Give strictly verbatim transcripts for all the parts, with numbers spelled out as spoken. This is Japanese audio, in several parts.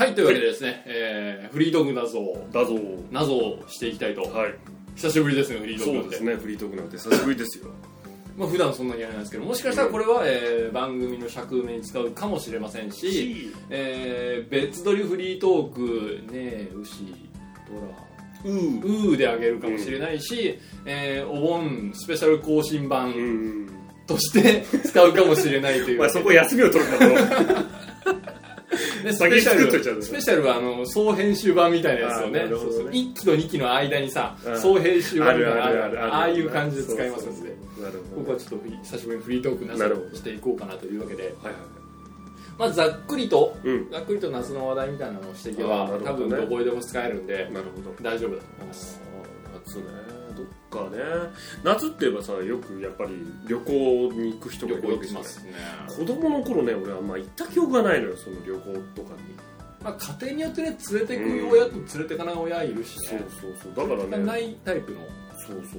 はいというわけでですね、えー、フリートーク謎を謎謎をしていきたいと、 はい、 久しぶりですねフリートークなんて。 そうですね、フリートークなんて久しぶりですよ。 まあ普段そんなにやらないですけど、もしかしたらこれは、えー、番組の尺埋めに使うかもしれませんし、えー、別撮りフリートークねえ牛ドラうーであげるかもしれないし、うん、えー、お盆スペシャル更新版として使うかもしれないという。 まあそこ休みを取るからでスペシャルスペシャルはあの総編集版みたいなやつをね、そうそういっきとにきの間にさ総編集版みたいなああいう感じで使いますので、ここはちょっと久しぶりにフリートークなさしていこうかなというわけで、まずざっくりと、うん、ざっくりと夏の話題みたいなのをしていけば、ね、多分どこへでも使えるんで大丈夫だと思います。 夏ね、どっかね、夏って言えばさ、よくやっぱり旅行に行く人がいるわけじゃないですね。子供の頃ね、俺はあんま行った記憶がないのよ、その旅行とかに。 まあ、家庭によってね、連れてく親と連れてかない親いるしね、 うん、そうそうそう、だからね、 ないタイプの、 そうそう、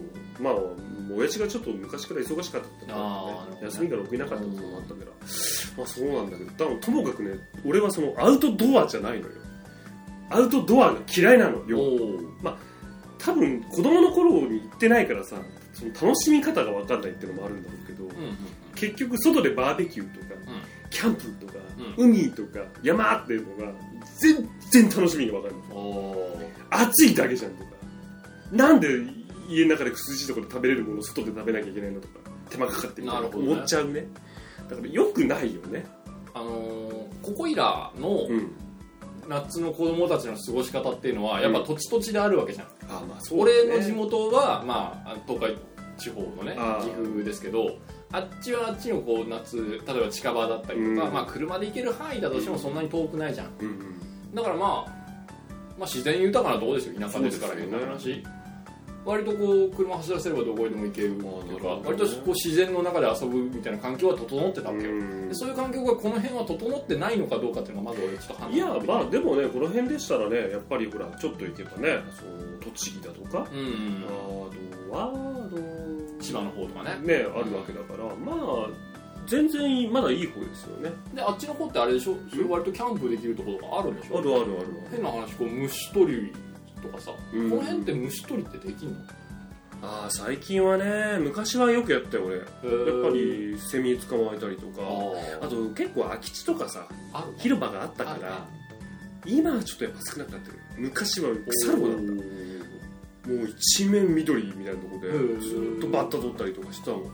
まあ親父がちょっと昔から忙しかったってので、ね、休みがろくいなかったってのもあったから、まあそうなんだけど、多分ともかくね、俺はそのアウトドアじゃないのよ。アウトドアが嫌いなのよ。まあ多分子供の頃に行ってないからさ、その楽しみ方が分かんないっていうのもあるんだろうけど、うんうん、結局外でバーベキューとか、うん、キャンプとか、うん、海とか山っていうのが全然楽しみが分かるの。暑いだけじゃんとか、なんで家の中で涼しいところで食べれるものを外で食べなきゃいけないのとか手間かかってみたいな思っちゃうね。だから良くないよね。 あのー、ここいらの、うん、夏の子供たちの過ごし方っていうのはやっぱ土地土地であるわけじゃん、うん、あまあそうですね、俺の地元は、まあ、東海地方のね岐阜ですけど、あっちはあっちのこう夏、例えば近場だったりとか、うん、まあ、車で行ける範囲だとしてもそんなに遠くないじゃん、うんうん、だから、まあ、まあ自然豊かなとこですよ、田舎ですから変な話、割とこう車走らせればどこへでも行けるとか、割とこう自然の中で遊ぶみたいな環境は整ってたわけよ。でそういう環境がこの辺は整ってないのかどうかっていうのがまず俺ちょっと判断。 いやまあでもね、この辺でしたらね、やっぱりほらちょっと行けばね、そう栃木だとか、うんうん、あとは千葉の方とかねねあるわけだから、うん、まあ全然まだいい方ですよね。 であっちの方ってあれでしょ、それ割とキャンプできるところとかあるんでしょ。 あるあるある。 変な話、こう虫取りとかさ、うん、この辺って虫取りってできんの？ ああ最近はね、昔はよくやったよ俺。やっぱりセミ捕まえたりとか、 あ, あと結構空き地とかさ広場があったから、今はちょっとやっぱ少なくなってる。昔は腐るほどだった。もう一面緑みたいなところでずっとバッタ取ったりとかしたもん。うん、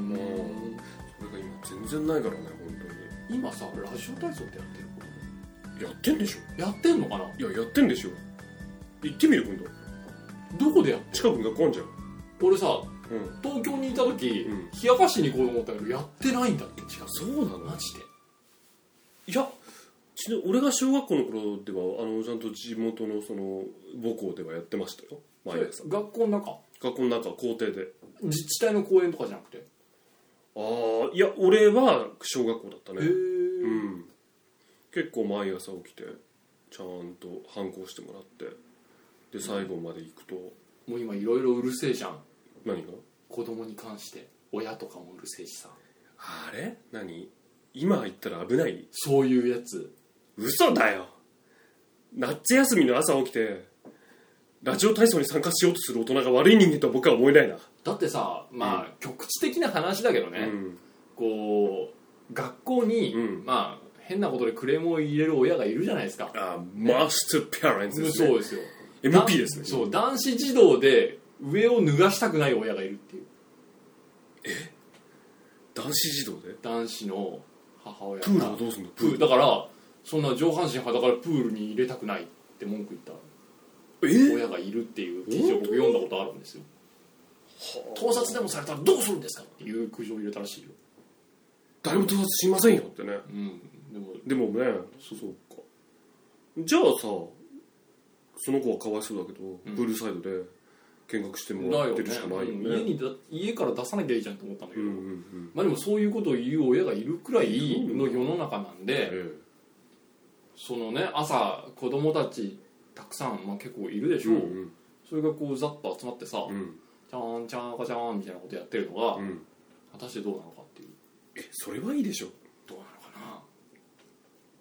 それが今全然ないからね、本当に。今さラジオ体操ってやってる？ やってんでしょ。 やってんのかな。 いややってんでしょ。行ってみる今度。どこでやってる？ 近くに学校あんじゃん。 俺さ、うん、東京にいた時、うん、冷やかしに行こうと思ったけどやってないんだって。近く。 そうなの？ マジで。 いやちの俺が小学校の頃ではあのちゃんと地元のその母校ではやってましたよ、毎朝。 学校の中？ 学校の中、校庭で。 自治体の公園とかじゃなくて？ ああいや俺は小学校だったね。へえ、うん、結構毎朝起きてちゃんと反抗してもらって、で最後まで行くと、 もう今いろいろうるせえじゃん。 何が？ 子供に関して親とかもうるせえしさ。 あれ何？今言ったら危ない？ そういうやつ。 嘘だよ。夏休みの朝起きてラジオ体操に参加しようとする大人が悪い人間とは僕は思えないな。 だってさ、まあ、うん、局地的な話だけどね、うん、こう学校に、うん、まあ変なことでクレームを入れる親がいるじゃないですか。 あ、マスターペアレンツですね。 そうですよ。 エムピー ですね。 そう、男子児童で上を脱がしたくない親がいるっていう。 え？男子児童で？ 男子の母親がプールをどうすんの？ プールだからそんな上半身裸からプールに入れたくないって文句言った親がいるっていう記事を僕読んだことあるんですよ。盗撮でもされたらどうするんですかっていう苦情を入れたらしいよ。 誰も盗撮しませんよってね、うん、でもでもね、そうか。じゃあさ、その子はかわいそうだけど、うん、プールサイドで見学してもらってるしかないよね。 家にだ家から出さなきゃいいじゃんと思ったんだけど、うんうんうん、まあでもそういうことを言う親がいるくらいの世の中なんで、うん、そのね、朝子供たちたくさん、まあ、結構いるでしょう、うんうん、それがこうざっと集まってさ、うん、チャーンチャーンカチャーンみたいなことやってるのが、うん、果たしてどうなのかっていう。 え、それはいいでしょ。 どうなのかな。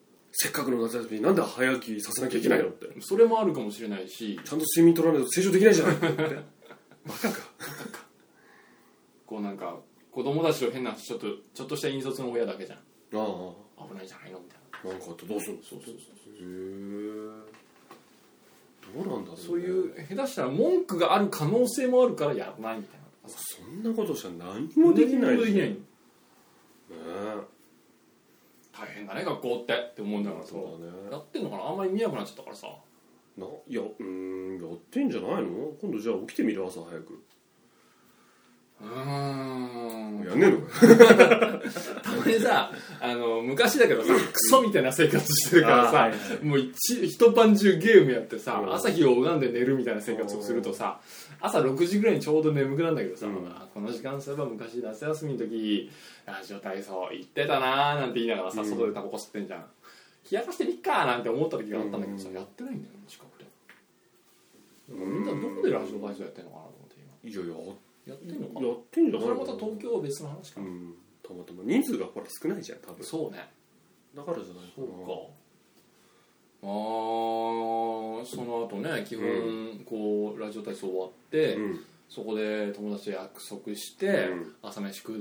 せっかくの夏休みなんで早起きさせなきゃいけないのって。 それもあるかもしれないし、 ちゃんと睡眠取らないと成長できないじゃないってバカかこうなんか子供たちと変なちょっとちょっとした引率の親だけじゃん。ああ危ないじゃないのみたいな。 なんかあってどうするの。そうそうそうそう。へえ。どうなんだろう、ね、 そういう下手したら文句がある可能性もあるからやらないみたいな。 そんなことしたら何もできないし。何もできない。ねえ。大変だね学校ってって思うんだからさ、ね、やってんのかな。あんまり見なくなっちゃったからさ。 ないやうーんやってんじゃないの。今度じゃあ起きてみる朝早く。 うーんやんねえのかたまにさあの昔だけどさクソみたいな生活してるからさ、はいはい、もう 一, 一晩中ゲームやってさ、うん、朝日を拝んで寝るみたいな生活をするとさ朝ろくじぐらいにちょうど眠くなるんだけどさ、うん、この時間そういえば昔夏休みの時ラジオ体操行ってたなーなんて言いながらさ、うん、外でタバコ吸ってんじゃん。冷やかしてみっかーなんて思った時があったんだけどさ、うん、やってないんだよ近くで。みんなどこでラジオ体操やってんのかなと思って今。いやいややってんのかな。 やってんじゃない。 それまた東京は別の話かな、うん、 たまたま人数がほら少ないじゃん多分。 そうねだからじゃないかな。 そうか。あその後ね基本、うん、こうラジオ体操終わって、うん、そこで友達と約束して、うん、朝飯食って、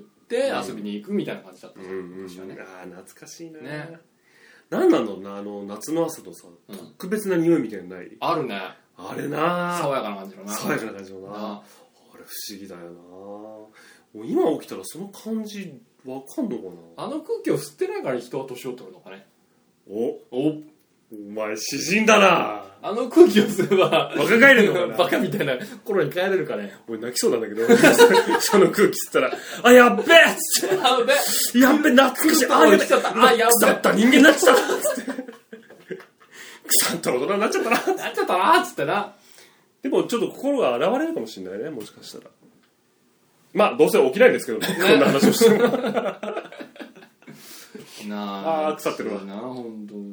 うん、遊びに行くみたいな感じだったんですよ、うんうんね、 ああ懐かしいな、ね、何なんだろうなあの夏の朝のさ、うん、特別な匂いみたいなのない。 あるねあれな爽やかな感じのな爽やかな感じのなあれ不思議だよな。今起きたらその感じわかんのかな。 あの空気を吸ってないから人は年を取るのかね。 おおお前詩人だな。 あの空気を吸えば若返るのかなバカみたいな頃に帰れるかね。 俺泣きそうなんだけどその空気吸ったらあやっべえっつってやっべえやっべ懐かしいあやべあやっべ腐った人間になっちゃったっつって腐った大人になっちゃったななっちゃったなっつってな。 でもちょっと心が現れるかもしれないねもしかしたら。まあどうせ起きないんですけど、ね、こんな話をしてもなあ腐ってるわな本当、うん、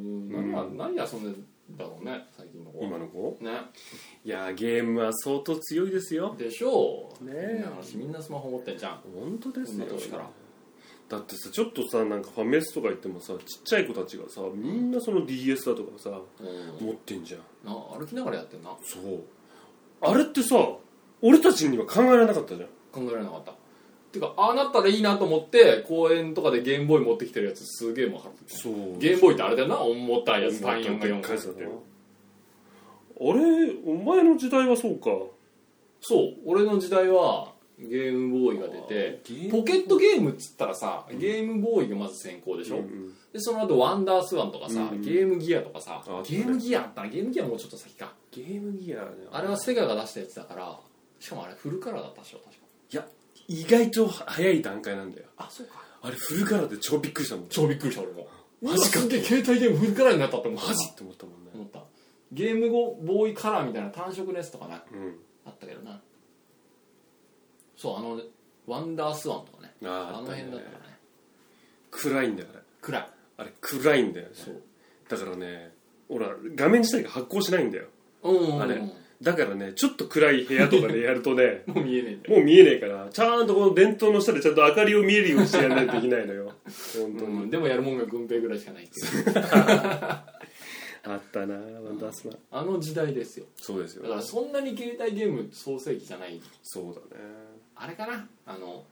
何, 何遊んでんだろうね最近の子。 今の子ね。 いやゲームは相当強いですよ。 でしょうねえ。 みんなスマホ持ってんじゃん。 本当ですよ。 年からだってさちょっとさなんかファミレスとか行ってもさちっちゃい子たちがさみんなその ディーエス だとかさ、うん、持ってんじゃん。 な歩きながらやってんな。 そうあれってさ俺たちには考えられなかったじゃん。 考えられなかった。てかああなったらいいなと思って公園とかでゲームボーイ持ってきてるやつすげえもはる。 そうゲームボーイってあれだよな重たいやつ単よんがよんかいって。 あれお前の時代はそうか。 そう俺の時代はゲームボーイが出てポケットゲームっつったらさゲームボーイがまず先行でしょ、うんうん、でその後ワンダースワンとかさ、うんうん、ゲームギアとかさゲームギアあったらゲームギアもうちょっと先か。 ゲームギア、ね、 あれはセガが出したやつだからしかもあれフルカラーだったでしょ確か。 いや意外と早い段階なんだよ。 あそうか。 あれフルカラーで超びっくりしたもん。 超びっくりした俺も。マジかって携帯ゲームフルカラーになったって思った。 マジって思ったもんね。 思ったゲームボーイカラーみたいな単色のやつとかな、うん、あったけどな。そうあのワンダースワンとかね あ, あの辺だったらね暗いんだよあれ。 暗いあれ暗いんだよね。そうだからね俺は画面自体が発光しないんだよ、うんうんうん、あれだからねちょっと暗い部屋とかでやるとねもう見えねえんだよ。もう見えねえからちゃんとこの電灯の下でちゃんと明かりを見えるようにしてやらないといけないのよ本当に、うん、 でもやるもんが軍兵ぐらいしかないっていうあったなワンダースマン。 あの時代ですよ。 そうですよ。 だからそんなに携帯ゲーム創世期じゃない。 そうだね。 あれかなあの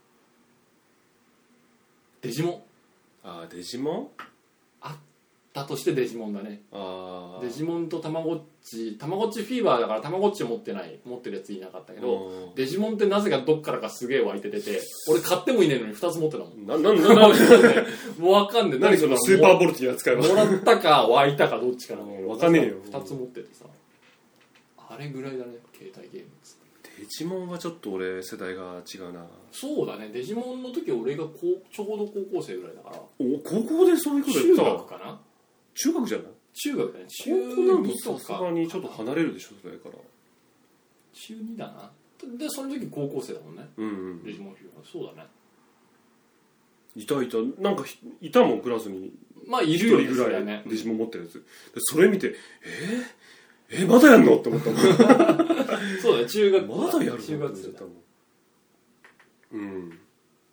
デジモン。 ああデジモンあったとしてデジモンだね。 あデジモンとたまごっちたまごっちフィーバーだからたまごっちを持ってない持ってるやついなかったけどデジモンってなぜかどっからかすげえ湧いて出て俺買ってもいねえのにふたつ持ってたもん。 ななななもう分かんねえ。 何そのスーパーボルティ扱いはもらったか湧いたかどっちかな分かんねえよ。 ふたつ持っててさあれぐらいだね携帯ゲームっつって。 デジモンはちょっと俺世代が違うな。 そうだねデジモンの時俺がこうちょうど高校生ぐらいだから。 お高校でそういうことやった。 中学かな。 中学じゃない。 中学だね。 中にとかさすがにちょっと離れるでしょそれから。 中にだな。でその時高校生だもんね。 うんうん。 デジモンフィーバーそうだね。 いたいたなんかいたもんクラスに。 まあいるよね。 一人ぐらいねデジモン持ってるやつ。でそれ見てえー、えー、まだやんのって思ったもん。 そうだね中学まだやるの中学生だもん。うん。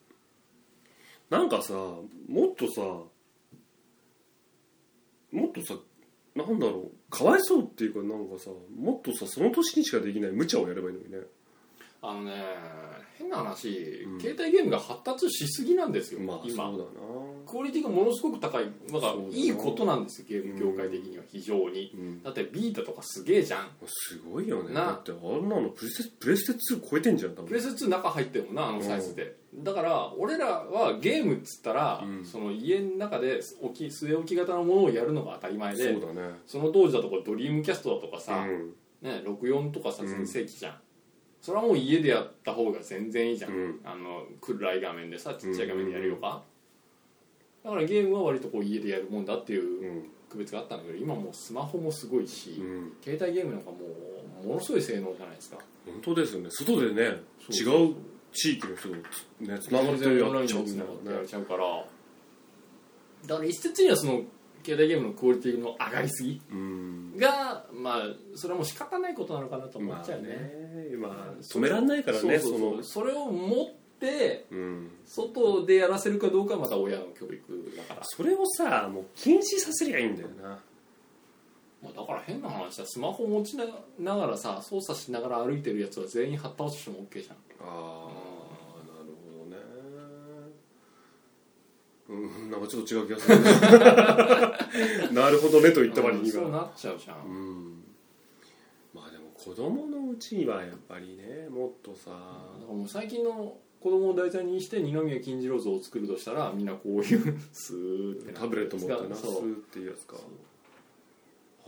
なんかさもっとさもっとさなんだろうかわいそうっていうかなんかさもっとさその年にしかできない無茶をやればいいのにね。 あのね変な話、うん、携帯ゲームが発達しすぎなんですよ、 まあ、 今そうだなクオリティがものすごく高いなんかいいことなんですよゲーム業界的には非常に、うん、だってビータとかすげえじゃんすごいよねだってあんなのプレステ、プレステツー超えてんじゃん多分プレステツー中入ってるもんなあのサイズで、うん、だから俺らはゲームっつったら、うん、その家の中で置き据え置き型のものをやるのが当たり前でそうだねその当時だとこれドリームキャストだとかさ、うんね、ろくじゅうよんとかさ全盛期じゃん、うんそれはもう家でやった方が全然いいじゃん、うん、あの暗い画面でさちっちゃい画面でやるよか、だからゲームは割とこう家でやるもんだっていう区別があったんだけど今もうスマホもすごいし、うん、携帯ゲームなんかもうものすごい性能じゃないですか。 本当ですよね外でね違う地域の人とねつながってやっちゃうねやっちゃうからだから一説にはその携帯ゲームのクオリティの上がりすぎが、うん、まあそれはもう仕方ないことなのかなと思っちゃうね。 まあ、ねまあ、止めらんないからね。 そうそうそうそのそれを持って、うん、外でやらせるかどうかはまた親の教育だから。 それをさもう禁止させりゃいいんだよな。 まあ、だから変な話だスマホ持ちながらさ操作しながら歩いてるやつは全員発倒しても OK じゃん。 ああうん、なんかちょっと違う気がするなるほどねと言った割には、 うん、そうなっちゃうじゃん、 うん、まあでも子供のうちにはやっぱりねもっとさ、 うん、だからもう最近の子供を題材にして二宮金次郎像を作るとしたらみんなこういうスーってタブレット持ってなスーっていうやつかはあ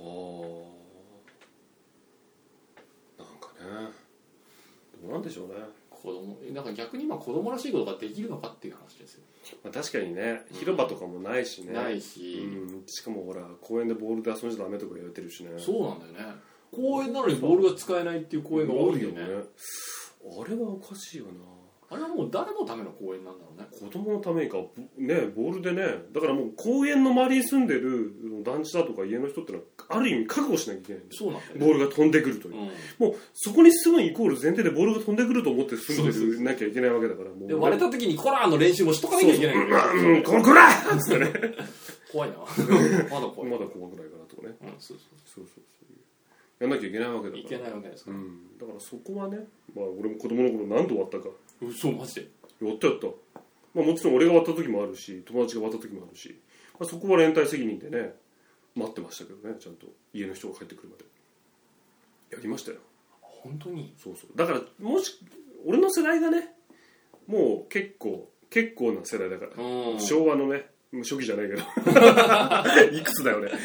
なんかねどうなんでしょうね子供なんか逆に今子供らしいことができるのかっていう話ですよ、 まあ、確かにね広場とかもないしね、 うん、ないし、 うん、しかもほら公園でボールで遊んじゃダメとか言われてるしねそうなんだよね公園なのにボールが使えないっていう公園が多いよね、 ねあれはおかしいよなあれはもう誰のための公園なんだろうね子供のためにかねボールでねだからもう公園の周りに住んでる団地だとか家の人ってのはある意味覚悟しなきゃいけないんですそうなんだよ、ね、 ボールが飛んでくるという、うん、もうそこに住むイコール前提でボールが飛んでくると思って住んでるなきゃいけないわけだからもう、 で割れた時にコラーの練習もしとかなきゃいけないんだようんコラーっつってね怖いなまだ怖いまだ怖くないかなとかね、 うん、そうそうそうそうやんなきゃいけないわけだからいけないわけですから、 うん、だからそこはね、まあ、俺も子供の頃何度割ったか嘘マジでやったやった、まあ、もちろん俺が割った時もあるし友達が割った時もあるし、まあ、そこは連帯責任でね待ってましたけどねちゃんと家の人が帰ってくるまでやりましたよ本当にそうそうだからもし俺の世代がねもう結構結構な世代だから、うん、昭和のね初期じゃないけどいくつだよね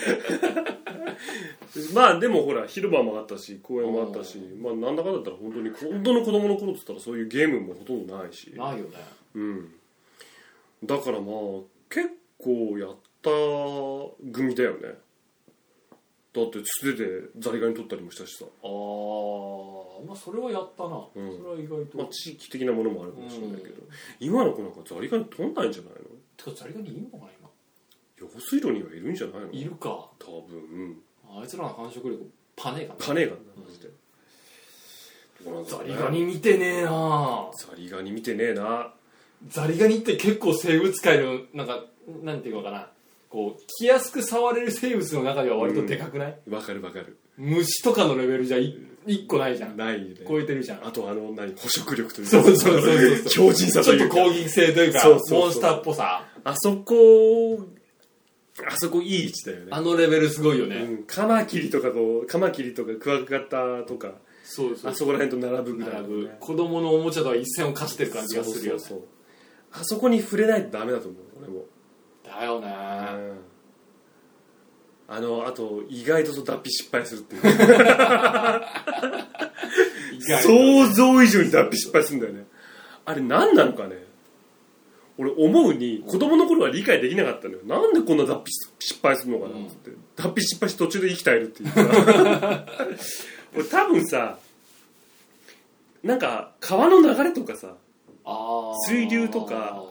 まあでもほら広場もあったし公園もあったし、まあなんだかんだったら本当に本当の子供の頃って言ったらそういうゲームもほとんどないしないよねうんだからまあ結構やった組だよねだって素手でザリガニ取ったりもしたしさああまあそれはやったな、うん、それは意外とまあ地域的なものもあるかもしれないけど、うん、今の子なんかザリガニ取んないんじゃないのてかザリガニいるのかな今用水路にはいるんじゃないのいるか多分、うんあいつらの繁殖力パネーかなパネーかなマジで、 うん、ザリガニ見てねえなザリガニ見てねえなザリガニって結構生物界のなんかなんていうのかなこう気安く触れる生物の中では割とでかくないわ、うん、かるわかる虫とかのレベルじゃい一個ないじゃんないね超えてるじゃんあとあの何捕食力というかそうそうそうそう強靭さというかちょっと攻撃性というかそうそうそうモンスターっぽさあそこあそこいい位置だよねあのレベルすごいよね、 うん、カマキリとかとカマキリとかクワガタとかそうそうあそこら辺と並ぶぐらい、 ね、子供のおもちゃとは一線を課してる感じがするよねそうそうそうあそこに触れないとダメだと思う俺もだよね、 うん、あのあと意外と脱皮失敗するっていう想像以上に脱皮失敗するんだよねあれ何なのかね俺思うに子供の頃は理解できなかったのよなんでこんな脱皮失敗するのかなって、うん、脱皮失敗して途中で生き絶えるっていうか俺多分さなんか川の流れとかさ水流とか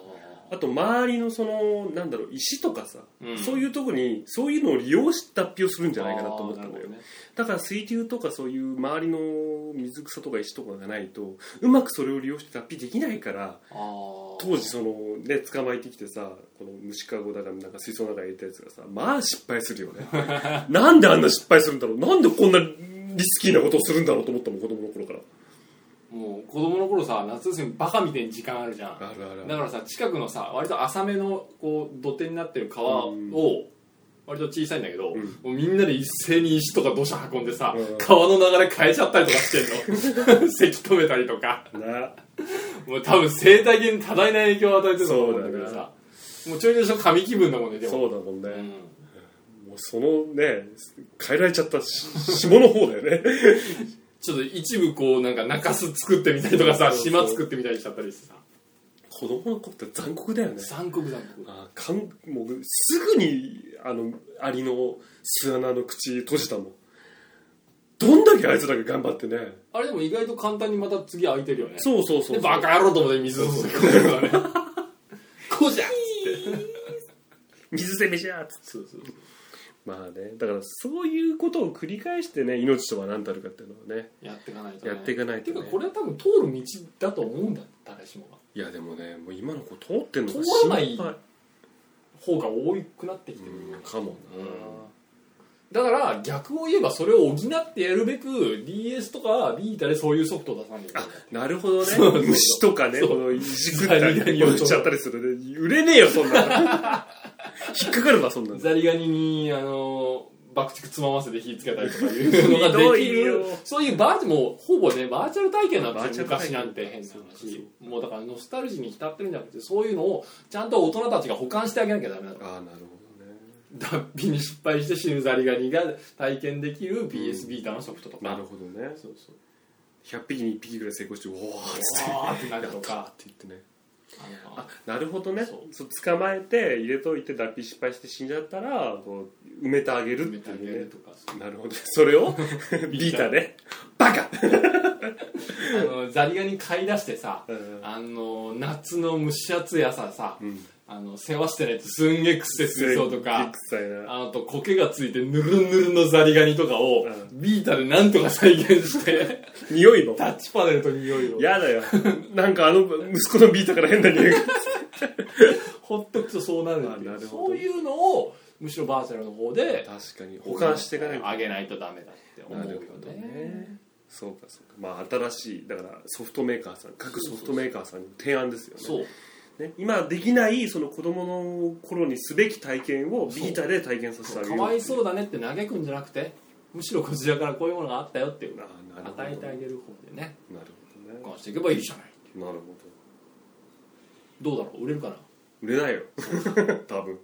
あと周りのそのなんだろう石とかさ、うん、そういうとこにそういうのを利用して脱皮をするんじゃないかなと思ったんだよ、ね、だから水中とかそういう周りの水草とか石とかがないとうまくそれを利用して脱皮できないから、当時そのね捕まえてきてさ、この虫かごだからなんか水槽の中に入れたやつがさ、まあ失敗するよねなんであんな失敗するんだろう、なんでこんなリスキーなことをするんだろうと思ったもん、子供の頃から。 もう子供の頃さ、夏休みバカみたいに時間あるじゃん。 あるある。 だからさ、近くのさ割と浅めのこう土手になってる川を、割と小さいんだけど、うん、もうみんなで一斉に石とか土砂運んでさ、うん、川の流れ変えちゃったりとかしてんのせき止めたりとかもう多分生態系に多大な影響を与えてると思うんだけどさ、もうちょいちょい神気分だもんね。でもそうだもんね、うん、もうそのね変えられちゃった下の方だよねちょっと一部こうなんか中州作ってみたりとかさ、島作ってみたりしちゃったりしてさ、 子供の子って残酷だよね。 残酷残酷。 あかんもうすぐにあのアリの巣穴の口閉じたもん。どんだけあいつらが頑張ってね。 あれでも意外と簡単にまた次開いてるよね。 そうそうそうそう。 でバカ野郎と思って水を注ぎ込むからねこうじゃっつって水攻めじゃっつって。そうそうそう。まあね、だからそういうことを繰り返してね、命とは何たるかっていうのをねやっていかないと、ね、 やっていかないと、ね、 てかこれは多分通る道だと思うんだ、誰しもが。 いやでもね、もう今の子通ってんのか通らない方が多くなってきてる、 うん、かもな、うん、 だから逆を言えばそれを補ってやるべく ディーエス とかビータでそういうソフトを出さないと。 あ、なるほどね。そうそうそう、虫とかね、このいじくったり落ちちゃったりするね。売れねえよそんなの引っかかるわそんなの。 ザリガニにあの爆竹つまませて火つけたりとかいうのができるそういうバーチもうほぼねバーチャル体験なんですよ、昔なんて。変な話、もうだからノスタルジーに浸ってるんじゃなくて、そういうのをちゃんと大人たちが保管してあげなきゃダメだと。 ああ、なるほどね。 脱皮に失敗して死ぬザリガニが体験できる ピーエス ビータのソフトとか、 うん、なるほどね。そうそう、ひゃっぴきにいっぴきぐらい成功して、おーってなるとかって言ってね。あ、なるほどね。そう、捕まえて入れといて脱皮失敗して死んじゃったらこう埋めてあげるっていうね。なるほど。それをビータでバカあのザリガニ買い出してさ、うん、あの夏の蒸し暑い朝さ、うん、あの世話してないとすんげえ癖ついそうとか、あのと苔がついてぬるぬるのザリガニとかを、うん、ビータでなんとか再現して匂いのタッチパネルと匂いをやだよなんかあの息子のビータから変な匂いがほっとくとそうなるっていう、そういうのをむしろバーチャルの方で確かに保管していかないとあげないとダメだって思うよね。 ね、そうかそうか。まあ新しいだからソフトメーカーさん、各ソフトメーカーさんに提案ですよね。そうね、今できないその子供の頃にすべき体験をビータで体験させてあげる。 かわいそうだねって嘆くんじゃなくて、むしろこちらからこういうものがあったよっていうのを与えてあげる方でね。 なるほどね。 こうしていけばいいじゃない。 なるほど。どうだろう、売れるかな。 売れないよ多分。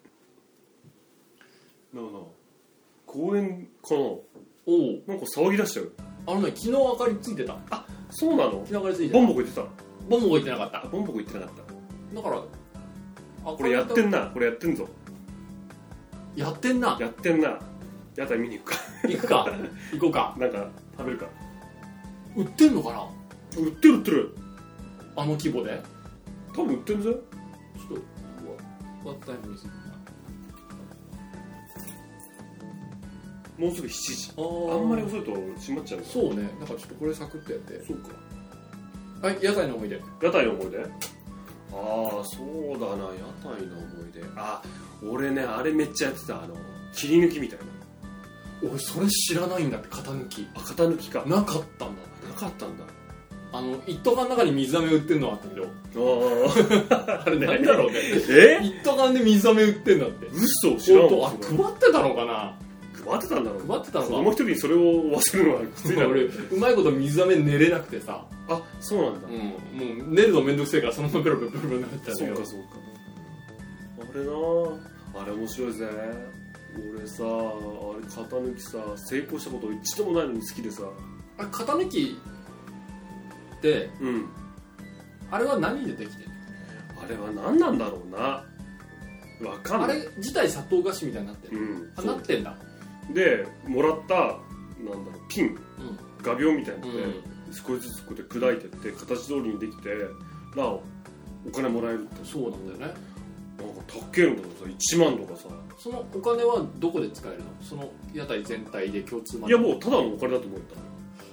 なあなあ、公園かな。おお、なんか騒ぎ出しちゃう。 あのね、昨日明かりついてた。 あ、そうなの。 昨日明かりついてた。 ボンボコ言ってた。 ボンボコ言ってなかった。 ボンボコ言ってなかった。 だからこれやってんな、これやってんぞ。 やってんな。 やってんな。屋台見に行くか。 行くか。行こうか。 なんか食べるか。 売ってんのかな。 売ってる売ってる。 あの規模で。 多分売ってんぜ。ちょっとうわ、 割ったタイムにする。 もうすぐしちじ。あ, あんまり遅いと閉まっちゃう。 そうね。だからちょっとこれサクッとやって。 そうか。 はい、屋台の思い出。 屋台の思い出。ああ、そうだな、屋台の思い出。あ、俺ね、あれめっちゃやってた。あの切り抜きみたいな。 俺それ知らないんだって。型抜き。 あ、型抜きか。 なかったんだ。 なかったんだ。 あの一斗缶の中に水飴売ってんのあったけど。 ああ、あれなんだろうね。 え？ 一斗缶で水飴売ってんだって。 嘘、知らんわ。 あ、配ってたのかな。 配ってたんだろう。 配ってたのか。 子供一人にそれを忘れるのはきついな。 俺うまいこと水飴練れなくてさ。 あ、そうなんだ。 うん、もう練るのめんどくせえからそのままペロペロペロペロになっちゃう。 そうかそうか。あれな、あれ面白いぜ。俺さ、あれ型抜きさ、成功したこと一度もないのに好きでさ。 あれ型抜きって、うん、あれは何でできてる？ あれは何なんだろうな。わかんない。 あれ自体砂糖菓子みたいになってる。うん、あ、なってんだ。 でもらったなんだろうピン、うん、画鋲みたいなので、うん、少しずつこうやって砕いてって形通りにできて、なおお金もらえるって。 そうなんだよね。 なんか高えのだとさいちまんとかさ。 そのお金はどこで使えるの？その屋台全体で共通マネー。いやもうただのお金だと思った。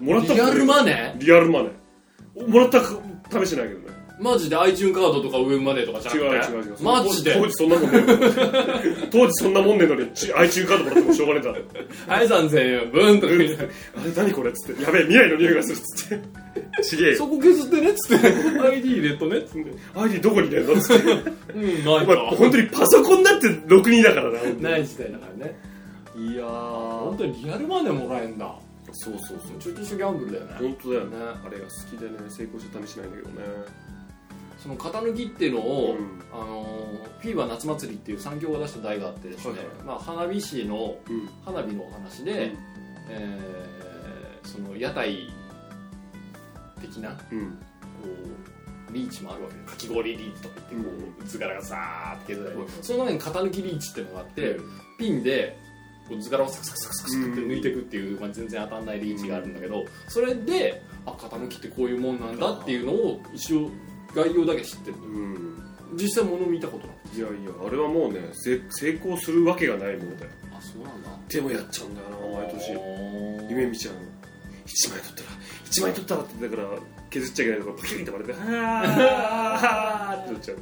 もらったリアルマネーリアルマネーもらったか試してないけどね。 マジで iTunes カードとかウェブマネーとかじゃなくて。 違う違う違う。 マジで当時そんなもんねえ当時そんなもんねえのに iTunes カードもらってもしょうがねえだろ。 はいさんぜんえんブーンとか言ってあれ何これっつってやべえ未来の匂いがするっつってちげえよそこ削ってねっつって アイディー 入れっとねっつってアイディー どこに入れるのっつってうんないか、 まあ、本当にパソコンだってろくにんだからなない時代だからね。いやー本当にリアルマネーもらえんだ。 そうそうそうちょっとしたギャンブルだよね。 本当だよね。あれが好きでね成功して試しないんだけどね。 その型抜きっていうのを、 うん、 あのフィーバー夏祭りっていう産業が出した台があってですね、はいはい、まあ、花火師の花火のお話で、うん、えー、その屋台的な、うん、こうリーチもあるわけで、かき氷リーチとか言ってこう図柄がさーって削られて、うん、その中に型抜きリーチっていうのがあって、うん、ピンでこう図柄をサクサクサクサクって抜いていくっていう、まあ、全然当たんないリーチがあるんだけど、それであ型抜きってこういうもんなんだっていうのを一応概要だけ知ってる、うん、実際物見たことない。 いやいやあれはもうね成功するわけがないものだよ。 あそうなんだ。 でもやっちゃうんだよな毎年。夢見ちゃうの。いちまん円取ったらいちまん円取ったらってだから削っちゃいけないとこパキンって割れてはーって取っちゃう。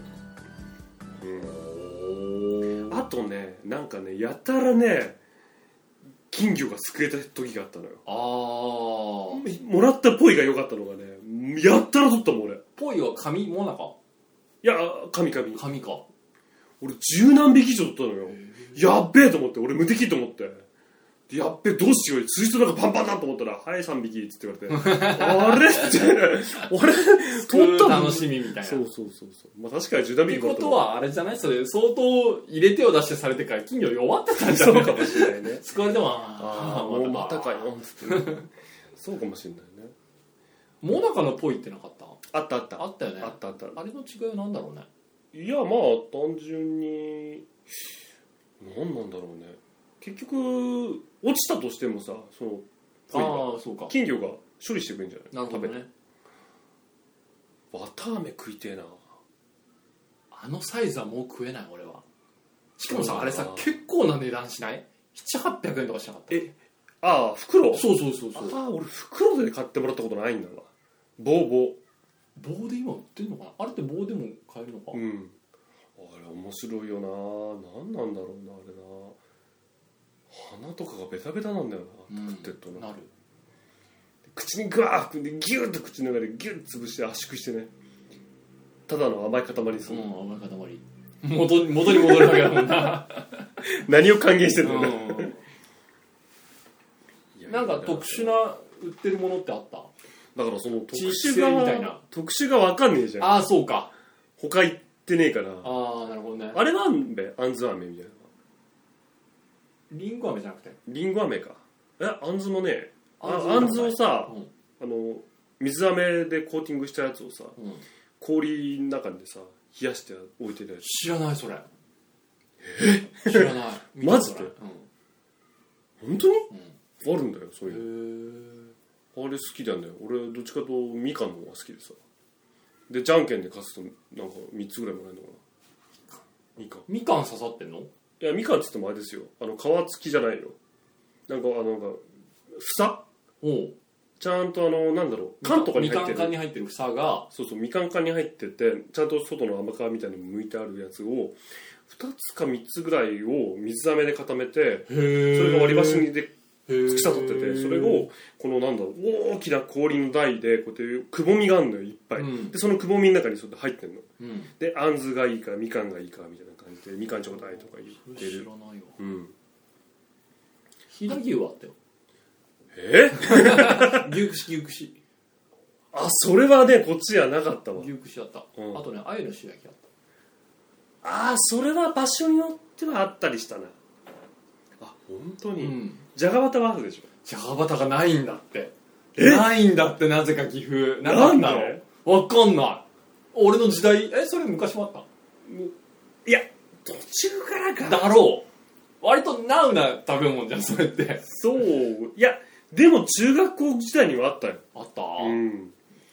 うん。あとねなんかねやたらね金魚がすくえた時があったのよ。ああ。もらったポイが良かったのがねやったら取ったもん俺。 ポイは紙もなか？ いや紙紙。 紙か。 俺十何匹以上取ったのよ。やっべえと思って俺無敵と思って。やっべえどうしよう水槽なんかパンパンだと思ったらはいさんびきって言われてあれって俺取ったの楽しみみたいな。 そうそうそうそう。まあ確かに十何匹ってことはあれじゃない？それ相当入れ手を出してされてから金魚弱ってたんじゃない？ そうかもしれないね。 救われてもああもうまたかよつってそうかもしれないね。 モナカのポイってなかった？ あったあったあったよね。 あったあった。 あれの違いは何だろうね。 いやまあ単純に何なんだろうね。結局落ちたとしてもさそのあそうか金魚が処理してくれるんじゃない？ なるほどね。 わたあめ食いてえな。 あのサイズはもう食えない俺は。しかもさあれさ結構な値段しない？ななひゃくはっぴゃくえんとかしなかった？ えああ袋？ そうそうそうそう。 ああ俺袋で買ってもらったことないんだわ。棒棒棒で今売ってんのかな？あれって棒でも買えるのか？ うんあれ面白いよな。何なんだろうなあれな。鼻とかがベタベタなんだよな、うん、食ってるとな。なる。口にグワー含んでギュッと口の中でギュッと潰して圧縮してね。ただの甘い塊ですね。うん、甘い塊。元に元に戻るわけだもんな。 何を還元してんだよね。 うん、なんか特殊な売ってるものってあった？ だからその特殊がみたいな特殊が分かんねえじゃん。 ああそうか。 他行ってねえから。 ああなるほどね。 あれなんべあんず飴みたいな。 リンゴ飴じゃなくてリンゴ飴か。えあんずもねあんずをさ、うん、あの水飴でコーティングしたやつをさ、うん、氷の中でさ冷やして置いてるやつ。 知らないそれ。 え知らないマジで、うん、本当に、うん、あるんだよそういうあれ好きなんだよ俺。どっちかとみかんの方が好きでさでじゃんけんで勝つとなんかみっつぐらいもらえるのかな。みかんみかん刺さってんの？ いやみかんっつってもあれですよあの皮付きじゃないよ。なんかあのなんか房おちゃんとあのなんだろう缶とかに入ってるみかん缶に入ってる房がそうそうみかん缶に入っててちゃんと外の甘皮みたいなのも剥いてあるやつをふたつかみっつぐらいを水飴で固めてそれが割り箸にで突き刺さっててそれをこのなんだろう大きな氷の台でこうやってくぼみがあるのよいっぱい、うん、でそのくぼみの中にそうやって入ってんの、うん、であんずがいいかみかんがいいかみたいな感じでみかんちょうだいとか言ってる。 知らないわ。うん飛騨牛はあったよ。 え牛串牛串。 あそれはねこっちはなかったわ。 牛串あった、うん、あとね鮎の塩焼きあった。 ああそれは場所によってはあったりしたな。あ本当に、うん、じゃがバタはあるでしょ。 じゃがバタがないんだって。ないんだってなぜか岐阜なかったの。なんでわかんない。俺の時代えそれ昔もあった。 いや途中からかだろう。割とナウな食べ物じゃんそれって。 そういやでも中学校時代にはあったよ。 あった、 うん、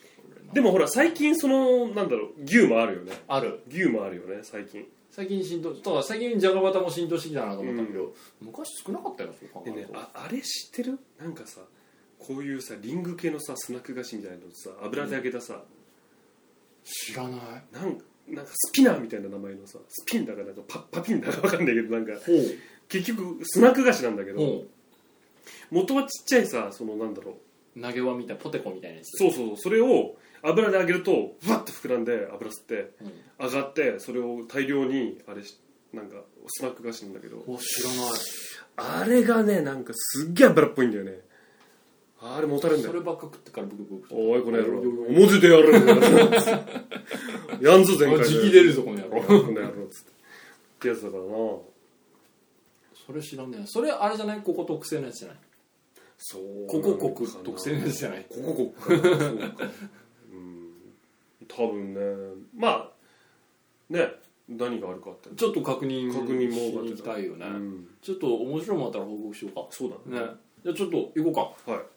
でもほら最近そのなんだろう牛もあるよね。 ある。 牛もあるよね最近。 最近浸透、ただ最近じゃがバタも浸透してきたなと思ったけど、うん、昔少なかったよそう考えると。 でね、あ、あれ知ってる？なんかさこういうさリング系のさスナック菓子みたいなのさ油で揚げたさ、うん、 知らない。 なんかなんかスピナーみたいな名前のさスピンだかなんか パ, パピンだか分かんないけどなんか結局スナック菓子なんだけど元はちっちゃいさそのなんだろう投げ輪みたいなポテコみたいなやつ。 そうそうそれを油で揚げるとふわっと膨らんで油吸って上がってそれを大量にあれなんかスナック菓子なんだけど。 お知らない。 あれがねなんかすっげえ油っぽいんだよね。あれもたれんだよ。 そればっか食ってからブクブク。 おいこの野郎表でやるんだよやんぞ全開で時期出るぞこの野郎この野郎っつってってやつだからな。 それ知らんねえ。それあれじゃない？ここ特製のやつじゃない？ そうここ国特製のやつじゃない？ ここ国かそうかうん多分ねまあね何があるかってちょっと確認確認もしに行きたいよね、うん、ちょっと面白いものあったら報告しようか。 そうだね。ねじゃあちょっと行こうか。 はい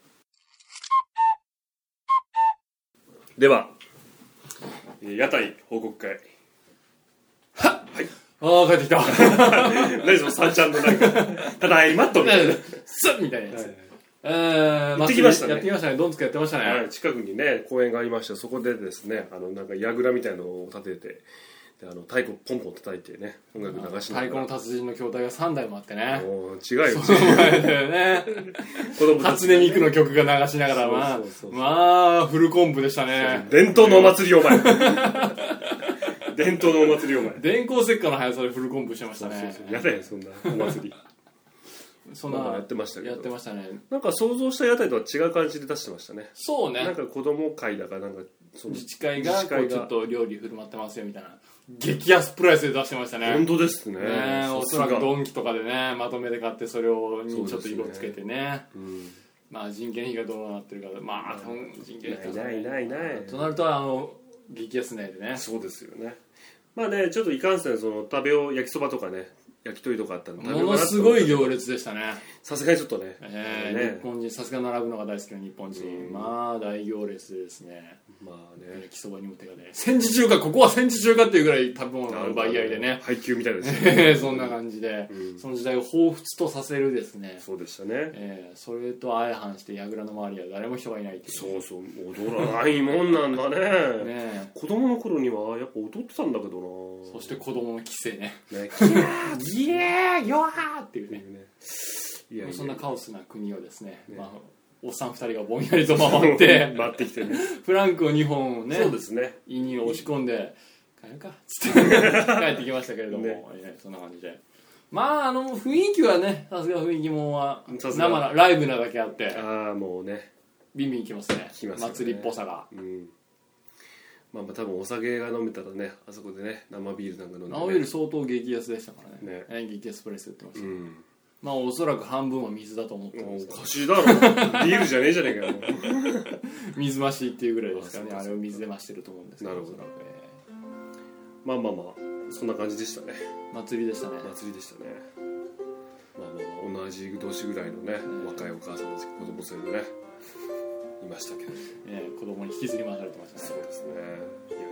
では屋台報告会はっはいああ帰ってきた何そのさんちゃんのなんかただいまっとみたいなスッみたいなやつ、はいはいえー、行ってきましたね。 やってきましたね。ドンツクやってましたね、 はい、近くにね公園がありましてそこでですねあのなんか櫓みたいのを立ててであの太鼓ポンポン叩いてね音楽流しながら太鼓の達人の筐体がさんだいもあってねお違うよその前だよね子供初音ミクの曲が流しながらまあまあフルコンプでしたね。 伝統のお祭りお前伝統のお祭りお前電光石火の速さでフルコンプしてましたね。 そうそうそうやだよそんなお祭りそんなやってましたけどやってましたね。 なんか想像した屋台とは違う感じで出してましたね。 そうね。 なんか子供会だかなんかその自治会がこうちょっと料理振る舞ってますよみたいな激安プライスで出してましたね。 本当ですね。 ねおそらくドンキとかでねまとめて買ってそれをにちょっと色つけてね、ねうん、まあ人件費がどうなってるかまあ人件費ないないないないとなるとあの激安内でね。 そうですよね。まあねちょっといかんせんその食べを焼きそばとかね焼き鳥とかあったんでものすごい行列でしたね。 さすがにちょっとね、 えー、ね日本人さすが並ぶのが大好きな日本人、うん、まあ大行列ですね。 まあね焼きそばにも手がね戦時中華ここは戦時中華っていうぐらい食べ物の奪い合いでね配給みたいですねそんな感じで、うん、その時代を彷彿とさせるですね。 そうでしたね、 えー、それと相反して櫓の周りは誰も人がいないっていう、 ね、そうそう踊らないもんなんだ ね, ね子供の頃にはやっぱ踊ってたんだけどな。 そして子供の規制ねねギエーギョワーっていうね、ねいやいやそんなカオスな国をですね、ねまあ、おっさんふたりがぼんやりと回って回ってきてねフランクをにほんをねそうですね胃に押し込んで帰るかっつって帰ってきましたけれども、ねね、そんな感じでまああの雰囲気はねさすが雰囲気もは生なライブなだけあってああもうねビンビンきますね。きますね祭りっぽさが、 うんまあ、まあ多分お酒が飲めたらねあそこでね生ビールなんか飲んで、ね、 生ビール相当激安でしたからね、ね激安プレス売ってました、うんまあおそらく半分は水だと思ってますおかしいだろビールじゃねえじゃねえかよ水増しっていうぐらいですからね。 あ, あれを水で増してると思うんですけど。 なるほど、えー、まあまあまあそんな感じでしたね。 祭りでしたね祭りでしたね。まあまあ同じ年ぐらいのね、うん、若いお母さんたち子供連れでねいましたけど、ね、 子供に引きずり回されてましたね。 そうですね。いやいやいや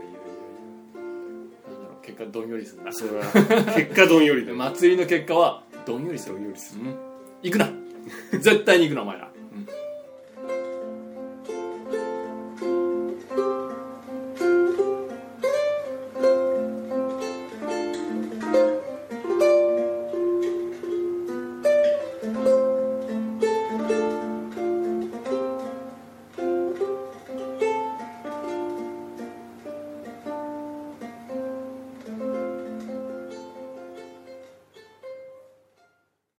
なんだろう結果どんよりするな。 そうだ結果どんよりで祭りの結果はどんよりする。 どんよりする、 うん、行くな絶対に行くなお前ら、うん